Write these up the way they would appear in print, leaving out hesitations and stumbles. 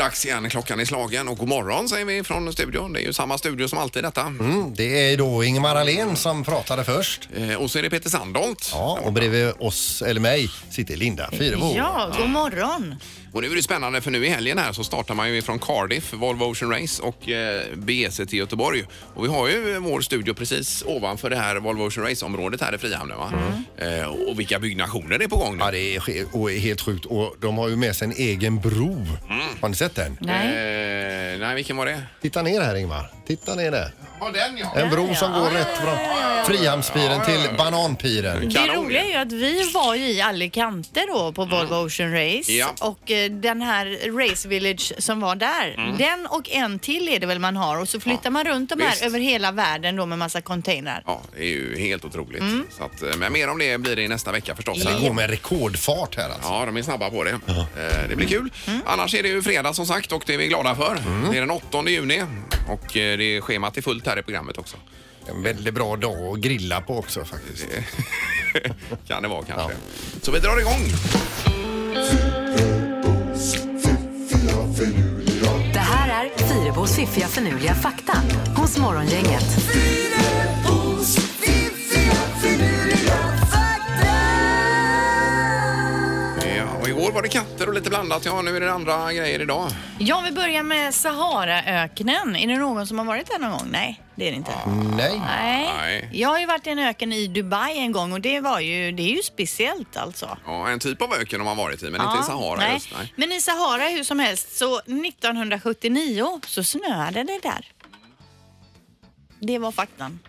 dags igen. Klockan är slagen och god morgon säger vi från studion. Det är ju samma studio som alltid detta. Det är då Ingemar Ahlén som pratade först. Och så är det Peter Sandholt. Ja, och bredvid oss, eller mig, sitter Linda Fyrebo. Ja, god morgon. Och nu är det spännande för nu i helgen här så startar man ju från Cardiff, Volvo Ocean Race och BC till Göteborg. Och vi har ju vår studio precis ovanför det här Volvo Ocean Race-området här i Frihamnen va? Och vilka byggnationer det är på gång nu. Ja, det är helt sjukt. Och de har ju med sig en egen bro. Har ni sett den? Nej, vilken var det? Titta ner här Ingmar. Titta ner där. Ja, den ja. En bro som går rätt från Frihamnspiren till Bananpiren. Det roliga är ju att vi var ju i Alicante då på Volvo Ocean Race. Ja. Och den här Race Village som var där, den och en till är det väl man har. Och så flyttar man runt de här visst. över hela världen då med massa containrar. Ja, det är ju helt otroligt. Så att, men mer om det blir det i nästa vecka förstås. Det går med rekordfart här alltså. Ja, de är snabba på det. Det blir kul. Annars är det ju fredag som sagt och det är vi glada för. Det är den 8 juni och det är schemat är fullt här i programmet också. En väldigt bra dag att grilla på också faktiskt. Kan det vara kanske. Så vi drar igång. Det här är Fyrebos fiffiga förnuliga fakta hos Morgongänget. Och igår var det katter och lite blandat. Ja, nu är det andra grejer idag. Ja, vi börjar med Saharaöknen. Är det någon som har varit där någon gång? Nej, det är det inte. Nej. Nej. Jag har ju varit i en öken i Dubai en gång och det är ju speciellt alltså. Ja, en typ av öken har man varit i, men inte i Sahara nej. just. Nej. Men i Sahara hur som helst så 1979 så snöade det där. Det var faktan.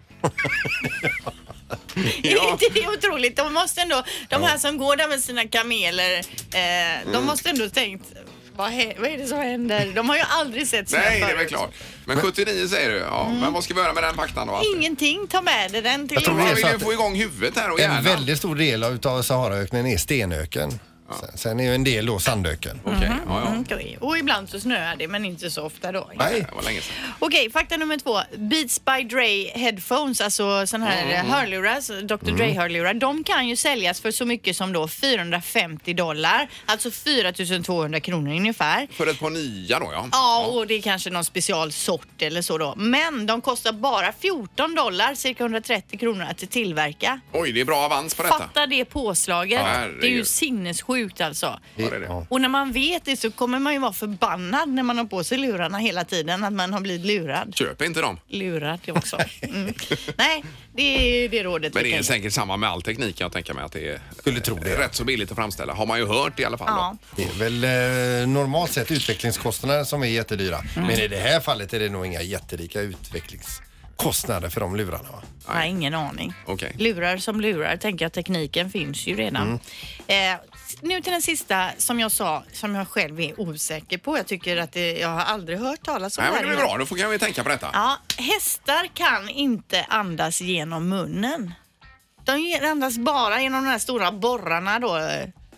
Är inte det otroligt? De måste ändå, de här som går där med sina kameler, de måste ändå tänkt, vad är det som händer? De har ju aldrig sett snö Nej, det är förut. väl klart. Men 79 säger du, ja. Men vad ska vi göra med den faktan då? Ingenting, ta med dig den till. Jag tror Man det är vill så ju att få igång huvudet här och en hjärnan. väldigt stor del av Saharaöknen är stenöken. Sen är ju en del då sandöken. Okej, ja. Okej. Och ibland så snöar det, men inte så ofta då. Nej. Det var länge sedan. Okej, fakta nummer 2. Beats by Dre headphones, alltså sån här hörlurar, Dr. Dre-hörlurar, de kan ju säljas för så mycket som då $450, alltså 4 200 kronor ungefär. För ett par nya då, ja. Ja, och det är kanske någon specialsort eller så då. Men de kostar bara $14, cirka 130 kronor att tillverka. Oj, det är bra avans på detta. Fatta det påslaget. Ja, herregud. Det är ju sinnessjukt alltså. Ja, det är det. Och när man vet det så kommer man ju vara förbannad när man har på sig lurarna hela tiden, att man har blivit lurad. Köp inte dem. Lurad också. Nej, det är det rådet. Men det är vi kan ge. säkert samma med all teknik. Jag tänker mig att det är Skulle tro det. rätt så billigt att framställa. Har man ju hört i alla fall. Ja. Då. Det är väl normalt sett utvecklingskostnader som är jättedyra. Men i det här fallet är det nog inga jätterika utvecklingskostnader för de lurarna va? Jag har ingen aning. Okej. Lurar som lurar, tänker jag, tekniken finns ju redan. Nu till den sista som jag sa, som jag själv är osäker på. Jag tycker att jag har aldrig hört talas om Nej, det men här det är innan. bra. Då kan vi tänka på detta. Ja, hästar kan inte andas genom munnen. De andas bara genom de här stora borrarna då.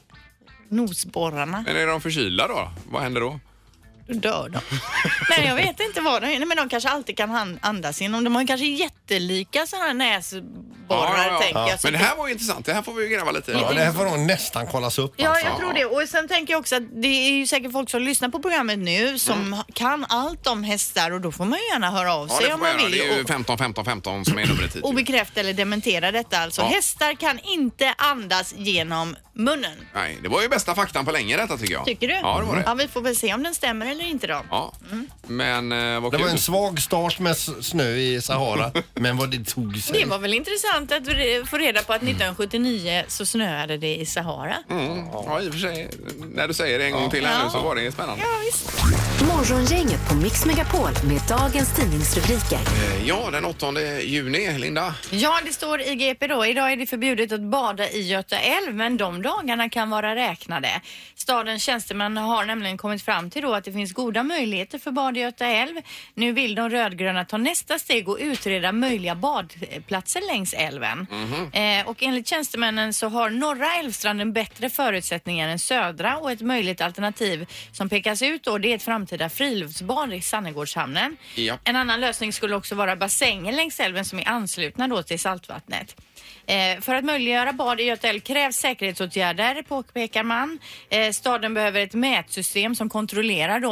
Nosborrarna. Men är de förkylda då? Vad händer då? Då dör de. Nej, jag vet inte vad de är. Men de kanske alltid kan andas genom. De har kanske jättelika sådana här näsborrar, tänker jag. Men det här var ju intressant. Det här får vi ju gräva lite i. Ja, det här får nog nästan kollas upp. Ja, alltså. jag tror det. Och sen tänker jag också att det är ju säkert folk som lyssnar på programmet nu som kan allt om hästar och då får man ju gärna höra av Ja, sig det får om man man göra. vill. Det är ju 15 15 15 som är numret hit. Och bekräfta eller dementera detta alltså. Ja. Hästar kan inte andas genom munnen. Nej, det var ju bästa faktan på länge detta tycker jag. Tycker du? Ja, det var det. Ja, vi får väl se om den stämmer eller inte då. Ja. Men vad Det kul. var en svag start med snö i Sahara, men vad det tog sig. Det var väl intressant att få reda på att 1979 så snöade det i Sahara. Ja, i och för sig. När du säger det en gång till här nu så var det spännande. Ja, visst. Morgongänget på Mix Megapol med dagens tidningsrubriker. Ja, den 8 juni, Linda. Ja, det står i GP då. Idag är det förbjudet att bada i Göta älv, men de dagarna kan vara räknade. Stadens tjänstemän har nämligen kommit fram till då att det finns goda möjligheter för bad i Göta älv. Nu vill de rödgröna ta nästa steg och utreda möjliga badplatser längs älven. Och enligt tjänstemännen så har norra älvstranden bättre förutsättningar än södra, och ett möjligt alternativ som pekas ut då, det är ett framtida friluftsbad i Sannegårdshamnen. Ja. En annan lösning skulle också vara bassänger längs älven som är anslutna då till saltvattnet. För att möjliggöra bad i Göta älv krävs säkerhetsåtgärder, påpekar man. Staden behöver ett mätsystem som kontrollerar då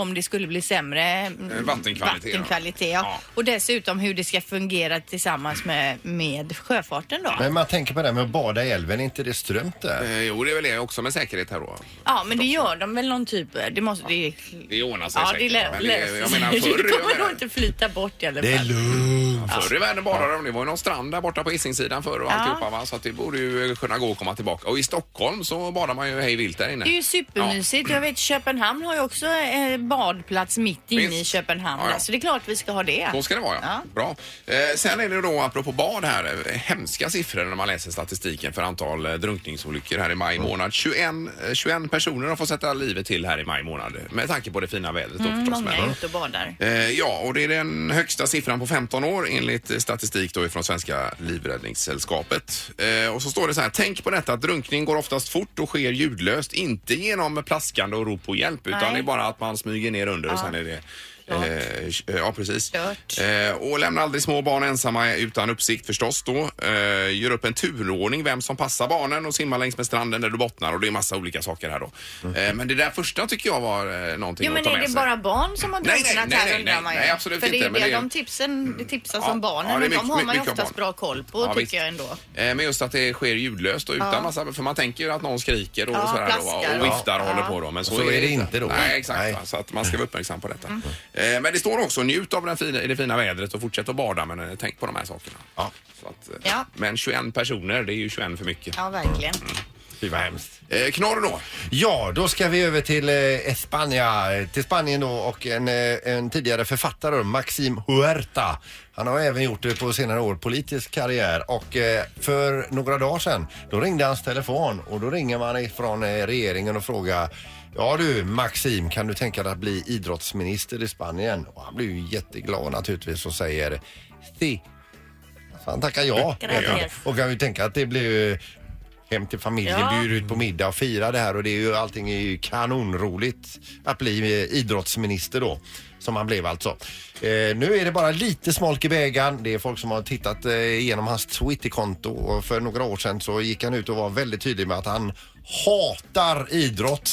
om det skulle bli sämre vattenkvalitet. Ja. Och dessutom hur det ska fungera tillsammans med sjöfarten då. Men man tänker på det med att bada i älven, är inte det strömt där? Jo, det är väl det också med säkerhet här då. Ja, men det gör de väl någon typ. Det ordnar sig säkert. Jag menar det kommer nog inte flyta bort i alla fall. Det är lugnt. Förr i världen badade de. Det var ju någon strand där borta på Hisingssidan förr och alltihopa, va? Så att det borde ju kunna gå och komma tillbaka. Och i Stockholm så badar man ju hej vilt där inne. Det är ju supermysigt. Jag vet, Köpenhamn har ju också badplats mitt inne i Köpenhamn. Ja. Så det är klart vi ska ha det. Så ska det vara, ja. Bra. Sen är det då, apropå bad här, hemska siffror när man läser statistiken för antal drunkningsolyckor här i maj månad. 21 personer har fått sätta livet till här i maj månad. Med tanke på det fina vädret. Många är ute och badar. Ja, och det är den högsta siffran på 15 år enligt statistik då ifrån Svenska Livräddningssällskapet. Och så står det så här: tänk på detta, att drunkning går oftast fort och sker ljudlöst. Inte genom plaskande och rop på hjälp, utan det är bara att man smyger ner under och sen är det... ja, precis. Och lämna aldrig små barn ensamma utan uppsikt förstås då. Gör upp en turordning vem som passar barnen och simma längs med stranden där du bottnar, och det är massa olika saker här då. Men det där första tycker jag var någonting att ta med sig. Men är det bara barn som har drunknat här, undrar man ju? Nej, absolut för inte. För de tipsas om barnen, men de har man ju oftast bra koll på, tycker jag ändå. Men just att det sker ljudlöst och utan massa, för man tänker ju att någon skriker och sådär då, och viftar och håller på då. Men så är det inte då. Nej, exakt. Så att man ska vara uppmärksam på detta. Men det står också, njut av det fina vädret och fortsätt att bada, men tänk på de här sakerna. Ja. Så att, men 21 personer, det är ju 21 för mycket. Ja, verkligen. Fy vad hemskt. Knorr då? Ja, då ska vi över till till Spanien då, och en tidigare författare, Maxim Huerta. Han har även gjort det på senare år, politisk karriär, och för några dagar sedan då ringde hans telefon, och då ringer man ifrån regeringen och frågar: ja du Maxim, kan du tänka dig att bli idrottsminister i Spanien? Och han blir ju jätteglad naturligtvis och säger sí. Så han tackar ja. Och kan ju tänka att det blir hem till familjen, bjuder ut på middag och fira det här, och det är ju, allting är ju kanonroligt att bli idrottsminister då, som han blev alltså. Nu är det bara lite smolk i bägaren. Det är folk som har tittat igenom hans Twitterkonto, och för några år sedan så gick han ut och var väldigt tydlig med att han hatar idrott.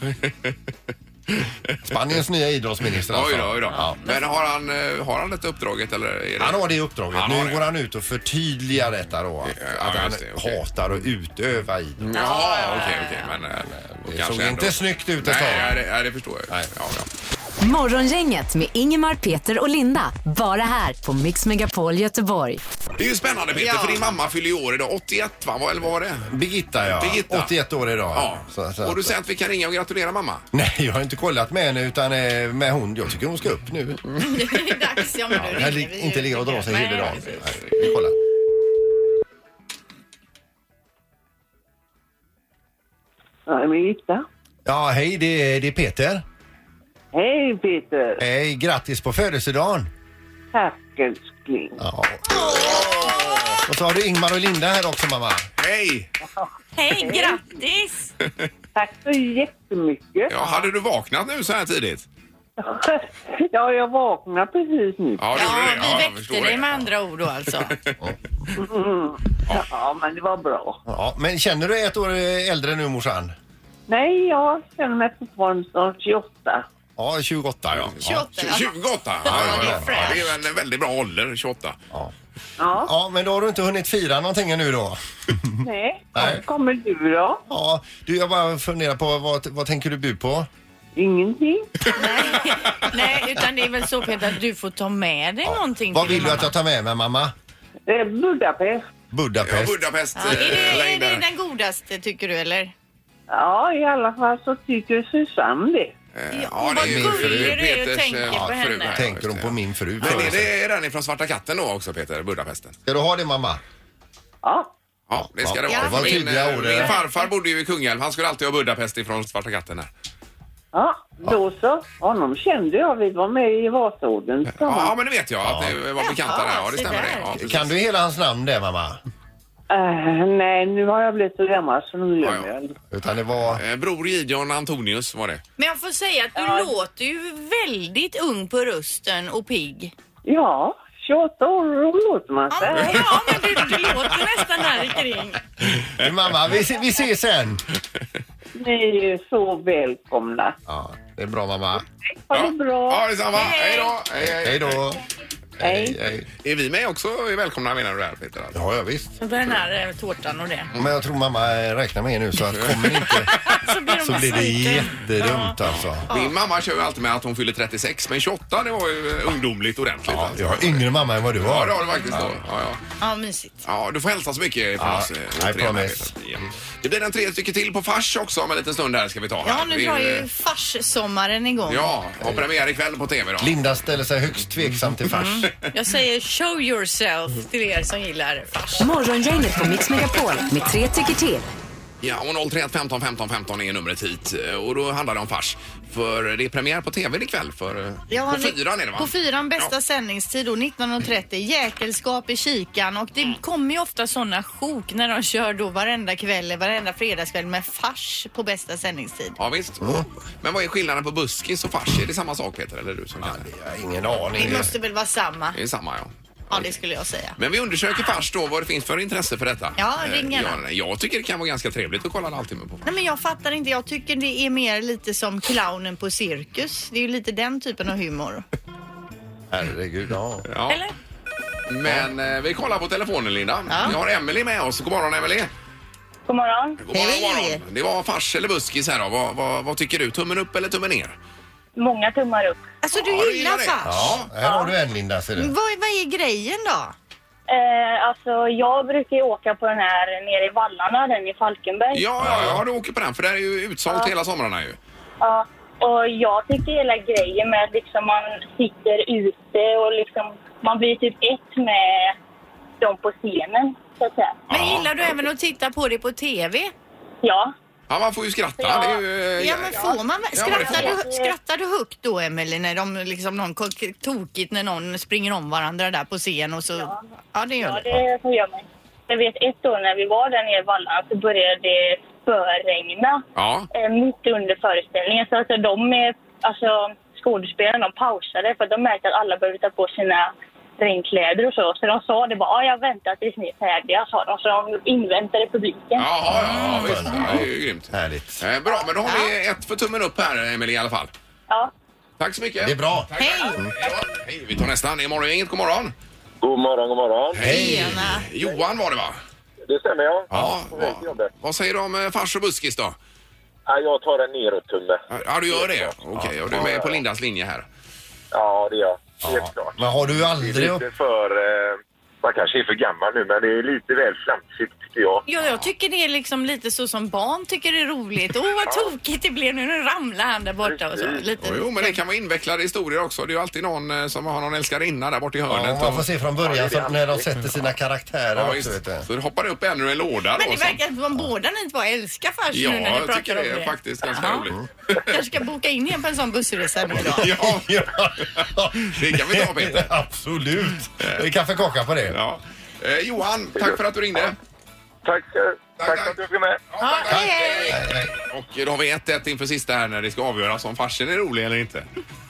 Spaniens nya idrottsminister alltså. Oj då. Ja. Men har han detta uppdraget eller? Är det... Han har det uppdraget. Nu går han ut och förtydligar detta då. Att han hatar att utöva idrott. Ja, okej. Men det såg inte snyggt ut ett tag. Nej, det förstår jag. Nej. Ja. Morgongänget med Ingemar, Peter och Linda. Bara här på Mix Megapol Göteborg. Det är ju spännande, Peter, för din mamma fyller ju år idag. 81, va? Eller vad var det? Birgitta. 81 år idag. Ja. Så och du säger att vi kan ringa och gratulera mamma? Nej, jag har inte kollat med henne, utan med hon. Jag tycker hon ska upp nu. Det är dags, om du ringer. Inte ligga och dra sig hela dagen. Vi kollar. Ja, Birgitta. Ja, hej, det är Peter. Hej Peter. Hej, grattis på födelsedagen. Tack älskling. Ja. Och så har du Ingmar och Linda här också, mamma. Hej! Hej, grattis! Tack så jättemycket. Ja, hade du vaknat nu så här tidigt? Ja, jag vaknade precis nu. Ja, vi väckte dig med andra ord då alltså. Ja, men det var bra. Ja, men känner du ett år äldre nu, morsan? Nej, jag känner mig fortfarande som 28. Ja, 28, ja. 28? Ja, det är en väldigt bra ålder, 28. Ja, men då har du inte hunnit fira någonting nu då? Nej. Kommer du då? Ja, jag bara funderar på vad tänker du bu på? Ingenting. Nej, utan det är väl så, Peter, att du får ta med dig någonting. Vad vill du att jag tar med mig, mamma? Budapest. Budapest. Ja, Budapest. Är det den godaste, tycker du, eller? Ja, i alla fall så tycker Susanne det. Ja, det är min fru. Peters tänker hon på min fru? Men är den från Svarta katten då också, Peter, Budapesten? Ska du ha det, mamma? Ja. Ja, det ska det vara. Det var tydliga ord. Min farfar bodde ju i Kungälv. Han skulle alltid ha Budapest ifrån Svarta katten här. Ja, då så. Honom kände jag. Vi var med i Vasorden. Ja, men det vet jag att det var bekanta där. Ja, det stämmer det. Ja, kan du hela hans namn där, mamma? Nej, nu har jag blivit så gammal så nu glömmer jag. Utan det var... Bror Gideon Antonius var det. Men jag får säga att du låter ju väldigt ung på rösten och pigg. Ja, 28 år låter man sig. Ja, men du låter nästan här kring. Mamma, vi ses sen. Ni är så välkomna. Ja. Det är bra, mamma. Ha det bra. Ja, detsamma. Hej då. Hej då. Hej. Är vi med också välkomna, menar du det här, Peter? Ja, visst. På den här tårtan och det. Men jag tror mamma räknar med er nu, så att kommer inte så blir det jättedumt alltså. Min mamma kör ju alltid med att hon fyller 36, men 28 det var ju ungdomligt ordentligt. Ja, alltså. jag har yngre mamma än vad du har. Ja, det har du faktiskt då. Ja, mysigt. Ja, du får hälsa så mycket från oss. I promise. Ja. Det blir en 3 stycken till på Fars också om en liten stund här ska vi ta. Här. Ja, nu drar ju Fars-sommaren igång. Ja, har premiär ikväll på TV då. Linda ställer sig högst tveksam till fars. Jag säger show yourself till er som gillar Fars. Morgongänget på Mix Megapol med 3 tycker till. Ja, och 031 15 15 15 är numret hit. Och då handlar det om Fars. För det är premiär på TV ikväll. På 4 är det, va? På 4 bästa sändningstid då, 19.30. Jäkelskap i kikan. Och det kommer ju ofta sådana sjok när de kör då varenda kväll, varenda fredagskväll med Fars på bästa sändningstid. Ja, visst. Men vad är skillnaden på buskis och Fars? Är det samma sak, Peter? Eller du som kan det? Jag har ingen aning. Det måste väl vara samma. Det är samma, ja. Ja, det skulle jag säga. Men vi undersöker Fars då vad det finns för intresse för detta. Ja, ring gärna. Jag tycker det kan vara ganska trevligt att kolla en halvtimme på. Nej, men jag fattar inte. Jag tycker det är mer lite som clownen på cirkus. Det är ju lite den typen av humor. Herregud, ja. Ja. Eller? Men vi kollar på telefonen, Linda. Ja. Vi har Emily med oss. God morgon, Emily. God morgon. God morgon, Hej. god morgon. Det var Fars eller buskis här då. Vad tycker du? Tummen upp eller tummen ner? Många tummar upp. Alltså, Ja, du du gillar gillar det. Fars? Ja, här har du en, Linda, ser du. Vad är grejen då? Alltså, jag brukar ju åka på den här nere i Vallarna, den i Falkenberg. Ja, du åker på den. För det är ju utsålt hela somrarna ju. Ja, och jag tycker hela grejen med att liksom man sitter ute och liksom man blir typ ett med dem på scenen, så att säga. Men gillar du även att titta på det på TV? Ja. Ja, man får ju skratta. Ja. Det är ju, Ja, men får man? Ja, men det får man. Skrattar du högt då, Emelie, när de liksom någon tokigt när någon springer om varandra där på scen och så... Ja, det gör Ja, du. det får jag med. Jag vet ett år när vi var där nere i Vallarna så började det spöregna Ja. mitt under föreställningen. Så alltså skådespelarna, de pausade för att de märkte att alla behövde ta på sina regnkläder och så. Så de sa det bara, jag väntar tills ni är färdiga, sa de. Så de inväntade publiken. Ja, visst. Det är ju grymt. Härligt. Bra, men då har vi ett för tummen upp här, Emelie, i alla fall. Ja. Tack så mycket. Det är bra. Tack. Hej, vi tar nästan. Det är morgon. God morgon. God morgon, god morgon. Hej. Tjena. Johan var det, va? Det stämmer, ja. Ja. På väg till jobbet. Vad säger du om Fars och buskis då? Ja, jag tar en neråt-tumme. Ja, du gör det. Okej, och du är med på Lindas linje här. Ja, det gör jag. Helt klart. Men har du Det aldrig... är lite för... man kanske är för gammal nu, men det är lite väl flamsigt, tycker jag. Ja, jag tycker det är liksom lite så som barn tycker det är roligt. Vad tokigt det blev nu ramlar han där borta och så. Lite. Jo, men det kan vara invecklade historier också. Det är ju alltid någon som har någon älskarinna där borta i Ja, hörnet. man får se från början så, när de sätter sina karaktärer Ja, också, vet visst. du. Så det hoppar upp en ur en låda Men då. det verkar att man båda ni två älskar Fars Ja, nu när ni jag pratar tycker om det är det. faktiskt ganska Jaha. roligt. Jag ska boka in igen på en sån bussresa nu då. Ja, det kan vi ta, Peter. Absolut. Det är kaffekaka på det. Ja. Johan, tack för att du ringde. Tack för att du fick med. Ja, hej. Och då har vi 1-1 inför sista här när det ska avgöras om farsen är rolig eller inte.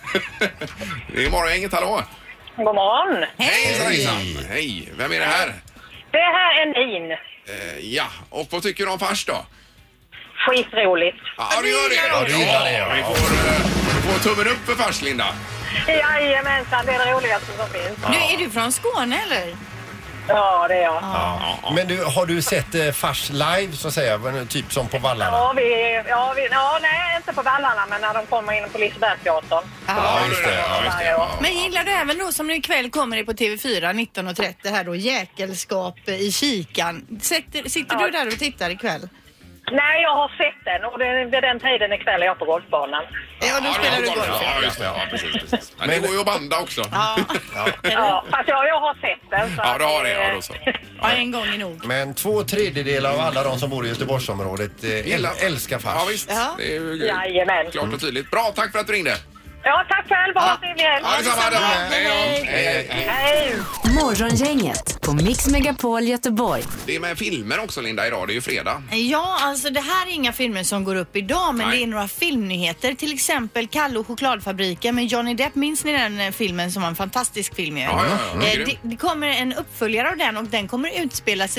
Det är morgongänget, hallå. God morgon. Hej. Hej, vem är det här? Det här är Nin. Ja, och vad tycker du om Fars då? Skitroligt. Ja, du gör det. Ja, du gillar det, ja. Vi får tummen upp för Fars, Linda. Jajamensan, det är det roligaste som finns. Nu är du från Skåne eller? Ja, det är jag. Men du, har du sett Fars live, så att säga? Typ som på Vallarna? Nej, inte på Vallarna, men när de kommer in på Lisebergsteatern. Ja, just det. Ja, just det. Men gillar du även då som nu ikväll kommer det på TV4 19.30 här då Jäkelskap i kikan. Sitter du där och tittar ikväll? Nej, jag har sett den och det är den tiden ikväll jag på golfbanan. Ja, då spelar du golf. Ja, just det. Ja, precis. Men det går ju att banda också. Ja. Ja, fast jag har sett den. Så Ja, du har det. Ja, då så. Ja, en gång är nog. Men 2/3 av alla de som bor i Göteborgsområdet älskar Fars. Ja, visst. Ja. Det är ju Jajamän. klart och tydligt. Bra, tack för att du ringde. Ja, tack själv. Ha en trevlig helg. Ja, detsamma. Hej. Hej. Hej. Morgongänget på Mix Megapol Göteborg. Det är med filmer också, Linda, idag. Det är ju fredag. Ja, alltså det här är inga filmer som går upp idag, men Nej. det är några filmnyheter. Till exempel Kalle och chokladfabriken med Johnny Depp. Minns ni den filmen som var en fantastisk film? Ja, grym. Det kommer en uppföljare av den och den kommer utspela sig då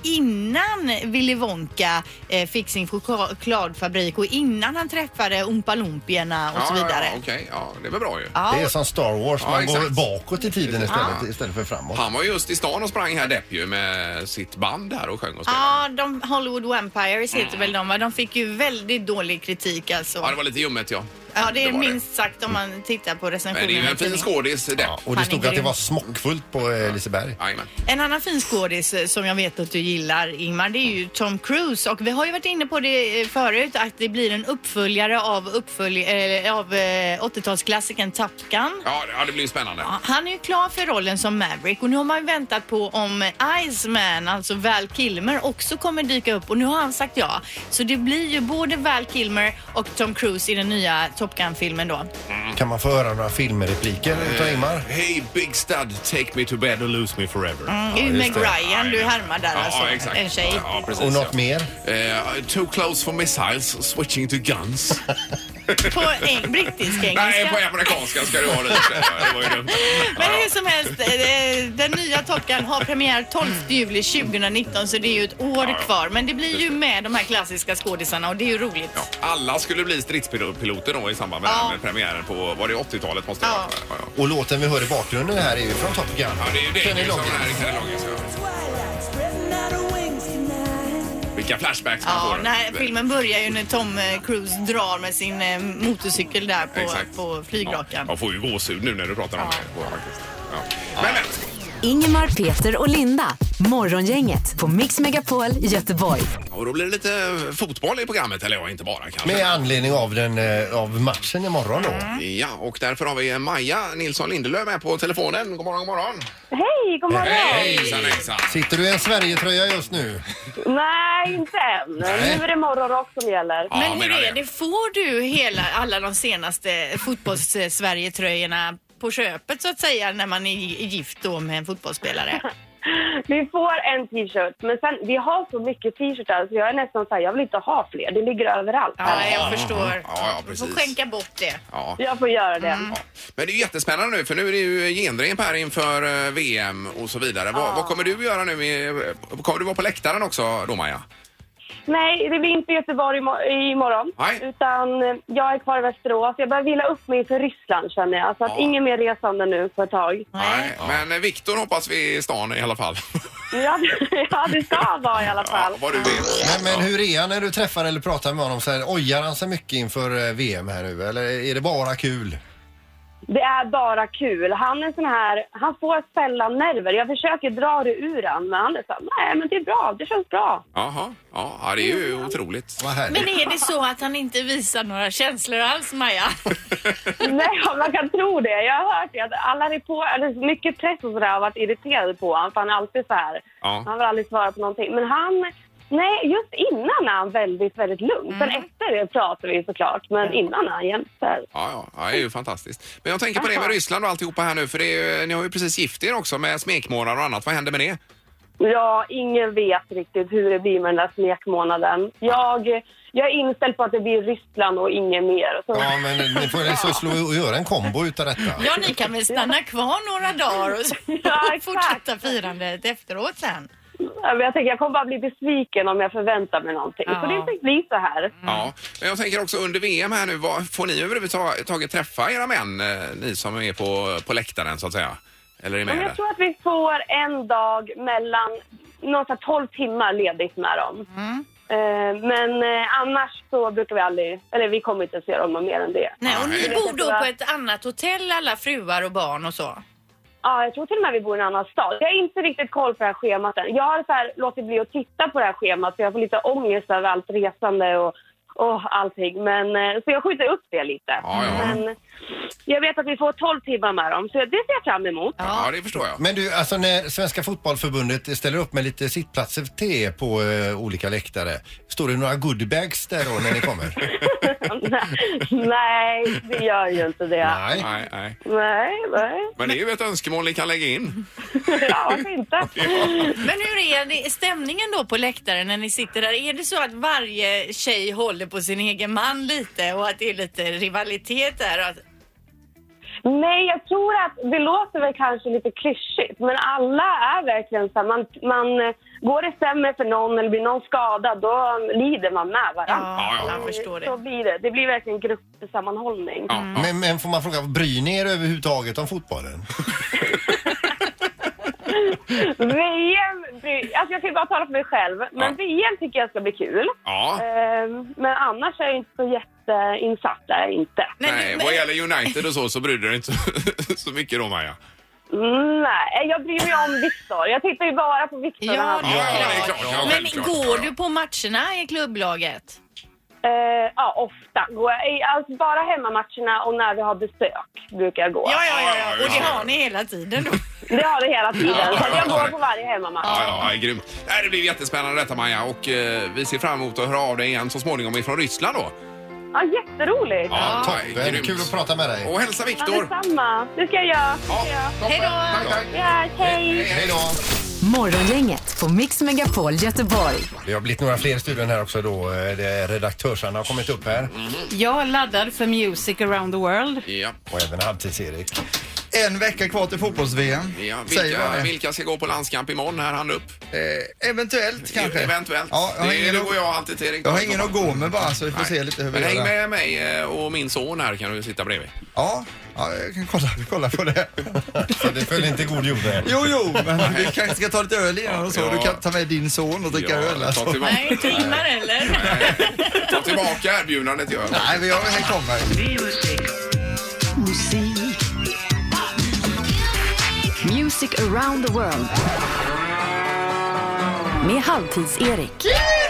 innan Willy Wonka fick sin chokladfabrik och innan han träffade Oompa Lompierna och så vidare. Okej. Ja, det var bra ju. Ja. Det är som Star Wars, man exakt. går bakåt i tiden istället för framåt. Han var just i stan och sprang här Depp ju med sitt band här och sjöng och spelade. Ja, de Hollywood Vampires heter väl de, va? De fick ju väldigt dålig kritik alltså. Ja, det var lite ljummet, ja. Ja, det är det var minst sagt om man tittar på recensionen. Men det är ju en fin skådis, Depp. Ja, och det Han är stod att det grym. var smockfullt på Liseberg. Jajamän. En annan fin skådis som jag vet att du gillar, Ingmar, det är ju Tom Cruise. Och vi har ju varit inne på det förut, att det blir en uppföljare av 80-talsklassikern Top Gun. Ja, det blir spännande. Ja, han är ju klar för rollen som Maverick och nu har man ju väntat på om Iceman, alltså Val Kilmer, också kommer dyka upp och nu har han sagt ja. Så det blir ju både Val Kilmer och Tom Cruise i den nya Top Gun-filmen då. Kan man få höra några filmrepliker utav Ingmar? Hey big stud, take me to bed or lose me forever. Det är ju Meg just det. Ryan du härmar där alltså. Ja, exakt. En tjej. Ja, precis, Och något mer? Too close for missiles, switching to guns. På brittisk engelska. Nej, på amerikanska ska du ha det. Det var ju dumt. Men hur som helst, den nya Top Gun har premiär 12 juli 2019 så det är ju ett år kvar. Men det blir ju med de här klassiska skådisarna och det är ju roligt. Ja, alla skulle bli stridspiloter då i samband med den premiären på, var det 80-talet måste det vara? Ja. Och låten vi hör i bakgrunden här är ju från Top Gun. Ja, det är ju det. Kenny Det är ju som Loggins. den här Kenny Loggins, ja. Vilka flashbacks man Ja, får. när filmen börjar ju när Tom Cruise drar med sin motorcykel där på flygrakan. Jag får ju gåshud nu när du pratar om det. Faktiskt. Ja. Men. Ingemar, Peter och Linda. Morgongänget på Mix Megapol Göteborg. Och då blir det lite fotboll i programmet, eller ja, inte bara kanske. Med anledning av av matchen imorgon då. Ja, och därför har vi Maja Nilsson Lindelöf med på telefonen. God morgon, god morgon. Hej, god morgon! Hejsan. Sitter du i en Sverigetröja just nu? Nej, inte än. Nu är det morgonrock som gäller. Ja, Men hur menar är det? Får du alla de senaste fotbolls-Sverige-tröjorna på köpet så att säga när man är gift då med en fotbollsspelare? Vi får en t-shirt, men sen, vi har så mycket t-shirtar så jag är nästan så här, jag vill inte ha fler. Det ligger överallt. Ja, jag förstår. Ja, Du precis. får skänka bort det. Ja. Jag får göra det. Ja. Men det är ju jättespännande nu för nu är det ju genrep här inför VM och så vidare. Vad kommer du göra nu? Kommer du vara på läktaren också då, Maja? Nej, det blir inte Göteborg imorgon. Nej. Utan jag är kvar i Västerås. Jag börjar vila upp mig för Ryssland känner jag. Så att ingen mer resande nu på ett tag. Nej. Men Viktor hoppas vi i stan i alla fall. Ja, det ska vara i alla fall. Ja, vad du vet. Men hur är han när du träffar eller pratar med honom? Så här, ojar han sig mycket inför VM här nu? Eller är det bara kul? Det är bara kul. Han är sån här, han får sällan nerver. Jag försöker dra det ur han, men han är så här, nej men det är bra, det känns bra. Jaha, ja det är ju otroligt. Vad härligt. Men är det så att han inte visar några känslor alls, Maja? Nej, man kan tro det. Jag har hört det. Att alla eller mycket press och sådär har varit irriterade på honom. För han är alltid så här. Ja. Han vill aldrig svara på någonting. Men nej, just innan är han väldigt, väldigt lugn. Sen efter det pratar vi såklart. Men innan är han jämt så här. Ja, det är ju fantastiskt. Men jag tänker på det med Ryssland och alltihopa här nu. För ni har ju precis gift er också med smekmånader och annat. Vad händer med det? Ja, ingen vet riktigt hur det blir med den där smekmånaden. Jag är inställd på att det blir Ryssland och inget mer. Så. Ja, men ni får liksom slå och göra en kombo utav detta. Ja, ni kan väl stanna kvar några dagar och så Ja, exakt. fortsätta firandet efteråt sen. Jag kommer bara bli besviken om jag förväntar mig någonting. Ja. Så det inte bli så här. Ja, men jag tänker också under VM här nu. Får ni överhuvudtaget träffa era män, ni som är på läktaren så att säga? Eller är med Men där? jag tror att vi får en dag mellan 12 timmar ledigt med dem. Men annars så brukar vi aldrig, eller vi kommer inte se dem mer än det. Nej, och ni Nej. bor då på ett annat hotell, alla fruar och barn och så? Ja, jag tror till och med vi bor i en annan stad. Jag har inte riktigt koll på det här schemat än. Jag har så här låtit bli att titta på det här schemat för jag får lite ångest över allt resande och allting. Men, så jag skjuter upp det lite. Ja. Men jag vet att vi får 12 timmar med dem, så det ser jag fram emot. Ja, det förstår jag. Men du, alltså när Svenska fotbollförbundet ställer upp med lite sittplatser till er på olika läktare, står det några goodiebags där då när ni kommer? Nej, det gör ju inte det. Nej. Nej. Nej. Men det är ju ett önskemål ni kan lägga in. Ja, varför inte? Men hur är det, stämningen då på läktaren när ni sitter där? Är det så att varje tjej håller på sin egen man lite och att det är lite rivalitet där? Nej, jag tror att det låter väl kanske lite klyschigt, men alla är verkligen så här, går det sämre för någon eller blir någon skadad, då lider man med varandra. Ja, jag förstår det. Så blir det. Det blir verkligen gruppsammanhållning. Ja. Men får man fråga, bryr ni er överhuvudtaget om fotbollen? VM, alltså jag kan ju bara tala för mig själv, men VM tycker jag ska bli kul. Ja. Men annars är jag inte så jätteinsatt där inte. Nej, vad gäller United och så bryr du dig inte så mycket då, Maja. Nej, jag bryr mig om Victor. Jag tittar ju bara på Victor. Ja, det är klart. Ja, men självklart. går du på matcherna i klubblaget? Ja, ofta. Går jag, alltså bara hemmamatcherna och när vi har besök brukar jag gå. Ja. Och det har ni hela tiden då? Det har det hela tiden. Så jag går på varje hemmamatch. Ja, grymt. Det blir jättespännande detta, Maja. Och vi ser fram emot att höra av dig igen så småningom ifrån Ryssland då. Ja, jätteroligt. Ja, Toppen, grymt. kul att prata med dig. Och hälsa Ja, Viktor. detsamma. Det ska jag göra. Ja, Hej då! Tack. Ja, hej. Hej då. Morgongänget på Mix Megapol Göteborg. Det har blivit några fler studion här också då. Redaktörsarna har kommit upp här. Jag laddad för Music around the world. Ja. Och även Halvtids-Erik. En vecka kvar till fotbolls-VM. Ja, Säger bara det. vilka ska gå på landskamp imorgon här, hand upp? Eventuellt kanske. Eventuellt. Ja, jag har det är ingen du att- och jag alltid till. Jag har ingen att gå med bara, så vi får Nej. se lite hur vi Men häng gör det. med mig och min son här, kan du sitta bredvid. Ja, jag kan kolla på det. Så det följer inte god jord med. Jo, men vi kanske ska ta lite öl innan och så. Ja. Du kan ta med din son och dricka öl. Alltså. ta tillbaka, Nej, timmar eller? ta tillbaka erbjudandet, gör jag. Nej, här kommer. Music around the world. Med Halvtids-Erik.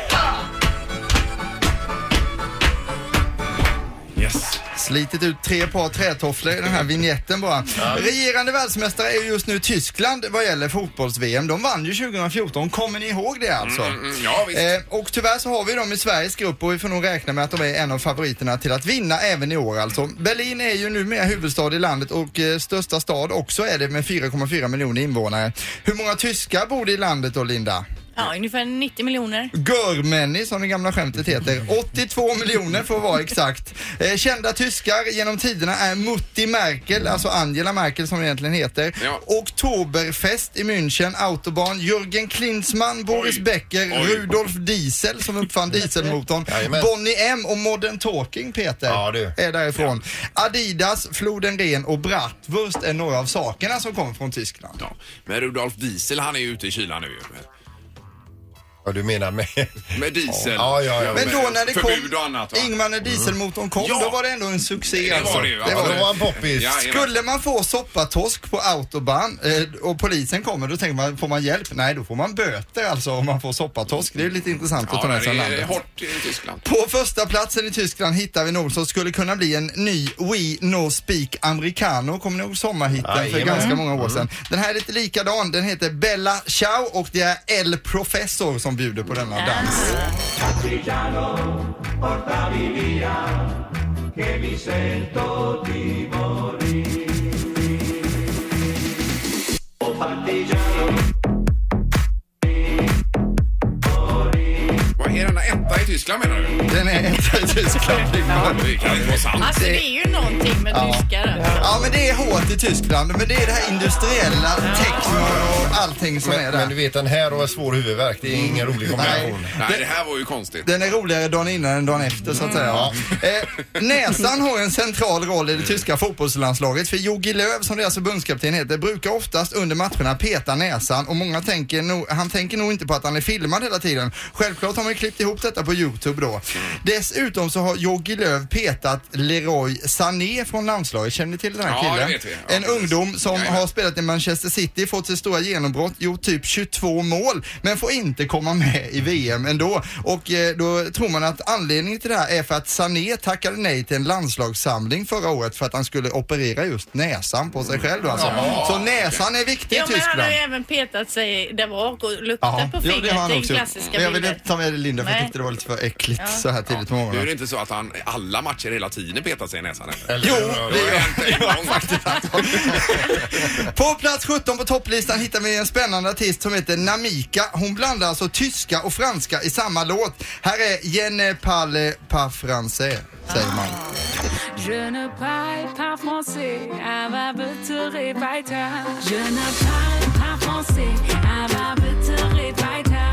Yes. Slitit ut 3 par trätofflor i den här vignetten bara. Regerande världsmästare är just nu Tyskland vad gäller fotbolls-VM. De vann ju 2014, kommer ni ihåg det alltså? Ja, visst. Och tyvärr så har vi dem i Sveriges grupp och vi får nog räkna med att de är en av favoriterna till att vinna även i år alltså. Berlin är ju numera huvudstad i landet och största stad också är det med 4,4 miljoner invånare. Hur många tyskar bor det i landet då, Linda? Ja, ungefär 90 miljoner. Görmänni som det gamla skämtet heter. 82 miljoner för att vara exakt. Kända tyskar genom tiderna är Mutti Merkel, alltså Angela Merkel som det egentligen heter. Ja. Oktoberfest i München, Autobahn, Jürgen Klinsmann, Boris Becker, Rudolf Diesel som uppfann dieselmotorn, Jajamän. Bonnie M och Modern Talking, Peter, Ja, du. är därifrån. Adidas, Floden Ren och Bratwurst är några av sakerna som kommer från Tyskland. Ja. Men Rudolf Diesel, han är ju ute i kylan nu. Vad du menar med... Med diesel. Ja. Men då när det förbud och annat, va? kom, Ingmar, när dieselmotorn kom, Ja. då var det ändå en succé Det alltså. var det ju. Det Ja, var Då det. var han poppis. Ja, Skulle man få soppatorsk på Autobahn och polisen kommer, då tänker man, får man hjälp? Nej, då får man böter alltså om man får soppatorsk. Det är lite intressant att ta med sig det är landet. hårt i Tyskland. På första platsen i Tyskland hittar vi något som skulle kunna bli en ny We No Speak Americano. Kommer ni ihåg sommarhitten för Jajamän. ganska många år sedan? Den här är lite likadan. Den heter Bella Ciao och det är El Professor som bjuder på denna dans. Vad är denna etta i Tyskland, menar du? Den är etta i Tyskland. Det kan inte vara sant. Alltså det är ju någonting med tyskar. Alltså. Ja, men det är hårt i Tyskland. Men det är det här industriella, techno och allting som är där. Men du vet, den här och svår huvudvärk, det är ingen rolig kombination. Nej, det här var ju konstigt. Den är roligare dagen innan än dagen efter så att säga. Näsan har en central roll i det tyska fotbollslandslaget, för Jogi Löw, som deras förbundskapten heter, brukar oftast under matcherna peta näsan och många tänker nog inte på att han är filmad hela tiden. Självklart har man klippt ihop detta på YouTube då. Dessutom så har Jogi Löw petat Leroy Sané från landslaget. Känner ni till den här Ja, killen? det vet vi. Ja, En precis. ungdom som Jajamän. har spelat i Manchester City, fått sitt stora genombrott, gjort typ 22 mål, men får inte komma med i VM ändå. Och då tror man att anledningen till det här är för att Sané tackade nej till en landslagssamling förra året för att han skulle operera just näsan på sig själv alltså. Så näsan är viktig Ja, i men han har ju Tyskland. även petat sig där bak och luktat på jo, fingret. det har han Det är också. klassiska Men jag ville bilder. inte ta med det, Linda, för jag Nej. tyckte det var lite för äckligt så här tidigt på Nu är morgonen. det inte så att han alla matcher hela tiden petar sig i näsan. Eller? Jo, Det har hänt en gång faktiskt. På plats 17 på topplistan hittar vi en spännande artist som heter Namika. Hon blandar alltså tyska och franska i samma låt. Här är Je ne parle pas français, säger man. Je ne parle pas français, aber bitte red weiter. Je ne parle pas français, aber bitte red weiter.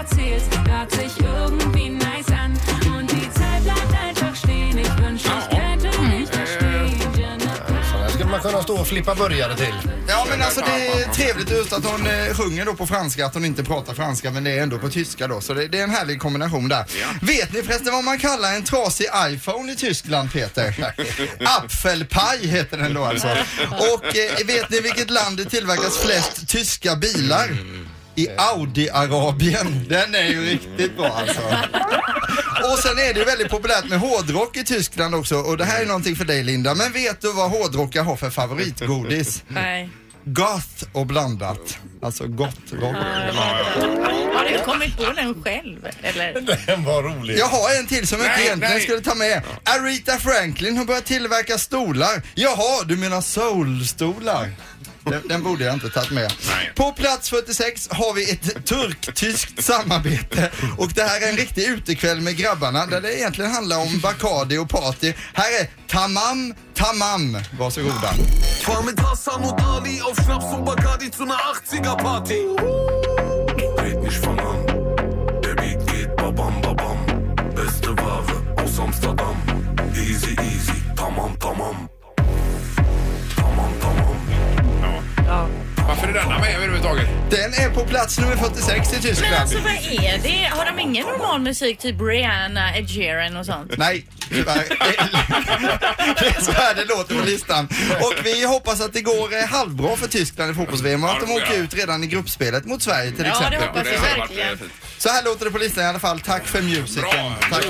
erzählst, hört sich irgendwie nice an. Und die Zeit bleibt einfach stehen. Ich wünschte, ich könnte dich verstehen. Så här skulle man kunna stå och flippa burgare till. Ja, men alltså det är trevligt just att hon sjunger då på franska, att hon inte pratar franska, men det är ändå på tyska då. Så det är en härlig kombination där. Ja. Vet ni förresten vad man kallar en trasig iPhone i Tyskland, Peter? Apfelpaj heter den då alltså. Och vet ni vilket land det tillverkas flest tyska bilar? I Audi-Arabien. Den är ju riktigt bra alltså. Och sen är det väldigt populärt med hårdrock i Tyskland också. Och det här är någonting för dig, Linda. Men vet du vad hårdrockar har för favoritgodis? Nej. Goth och blandat. Alltså gott rock. Har du kommit på den själv? Eller? Den var rolig. Jag har en till som jag inte egentligen skulle ta med. Aretha Franklin har börjat tillverka stolar. Jaha, du menar soulstolar. Den borde jag inte tagit med. Nej. På plats 46 har vi ett turk-tyskt samarbete. Och det här är en riktig utekväll med grabbarna där det egentligen handlar om Bacardi och party. Här är Tamam Tamam. Varsågoda. Fahr mit Hassan und Ali auf Schnaps und Bacardi zu einer 80er-Party. Red nicht von an, der Beat geht babam babam. Beste Ware aus Amsterdam. Easy easy, tamam tamam. Tamam tamam. Ja. Varför är denna med överhuvudtaget? Den är på plats nummer 46 i Tyskland. Men alltså vad är det? Har de ingen normal musik typ Rihanna, Ed Sheeran och sånt? Nej, tyvärr. Det är så här det låter på listan. Och vi hoppas att det går halvbra för Tyskland i fotbolls-VM och att de åker ut redan i gruppspelet mot Sverige till exempel. Ja, det hoppas vi verkligen. Så här låter det på listan i alla fall. Tack för musiken. Tack.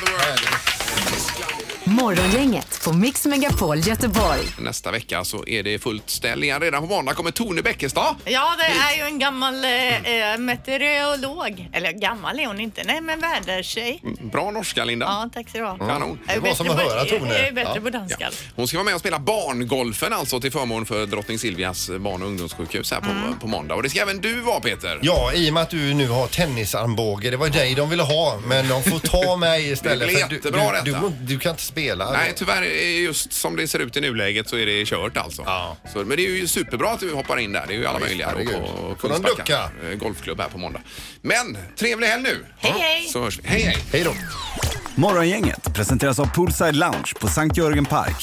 Morgongänget på Mix Megapol Göteborg. Nästa vecka så är det fullt ställ igen. Redan på måndag kommer Tone Bäckestad. Ja, det är ju en gammal meteorolog. Eller gammal är hon inte. Nej, men vädertjej. Bra norska, Linda. Ja, tack så du ha. Kanon. Jag är var som bättre att höra, Tone. Jag är bättre på danska. Ja. Hon ska vara med och spela barngolfen alltså till förmån för Drottning Silvias barn- och ungdomssjukhus här på måndag. Och det ska även du vara, Peter. Ja, i och med att du nu har tennisarmbåge. Det var dig de ville ha, men de får ta mig istället. Det blir för jättebra du kan inte spela. Nej, tyvärr just som det ser ut i nuläget så är det kört alltså. Ja. Så, men det är ju superbra att du hoppar in där. Det är ju alla möjliga herregud. på Får de Kungsbacka golfklubb här på måndag. Men trevlig helg nu. Hej, hej. Så hörs vi. Hej, hej. Hej då. Morgongänget presenteras av Poolside Lounge på Sankt Jörgen Park.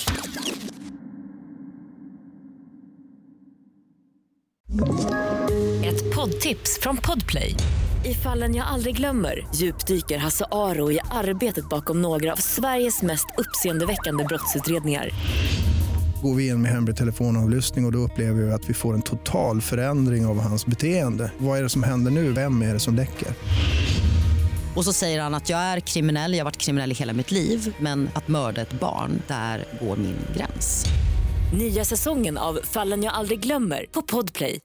Ett poddtips från Podplay. I Fallen jag aldrig glömmer djupdyker Hasse Aro i arbetet bakom några av Sveriges mest uppseendeväckande brottsutredningar. Går vi in med hemlig telefonavlyssning och då upplever vi att vi får en total förändring av hans beteende. Vad är det som händer nu? Vem är det som läcker? Och så säger han att jag är kriminell, jag har varit kriminell i hela mitt liv. Men att mörda ett barn, där går min gräns. Nya säsongen av Fallen jag aldrig glömmer på Podplay.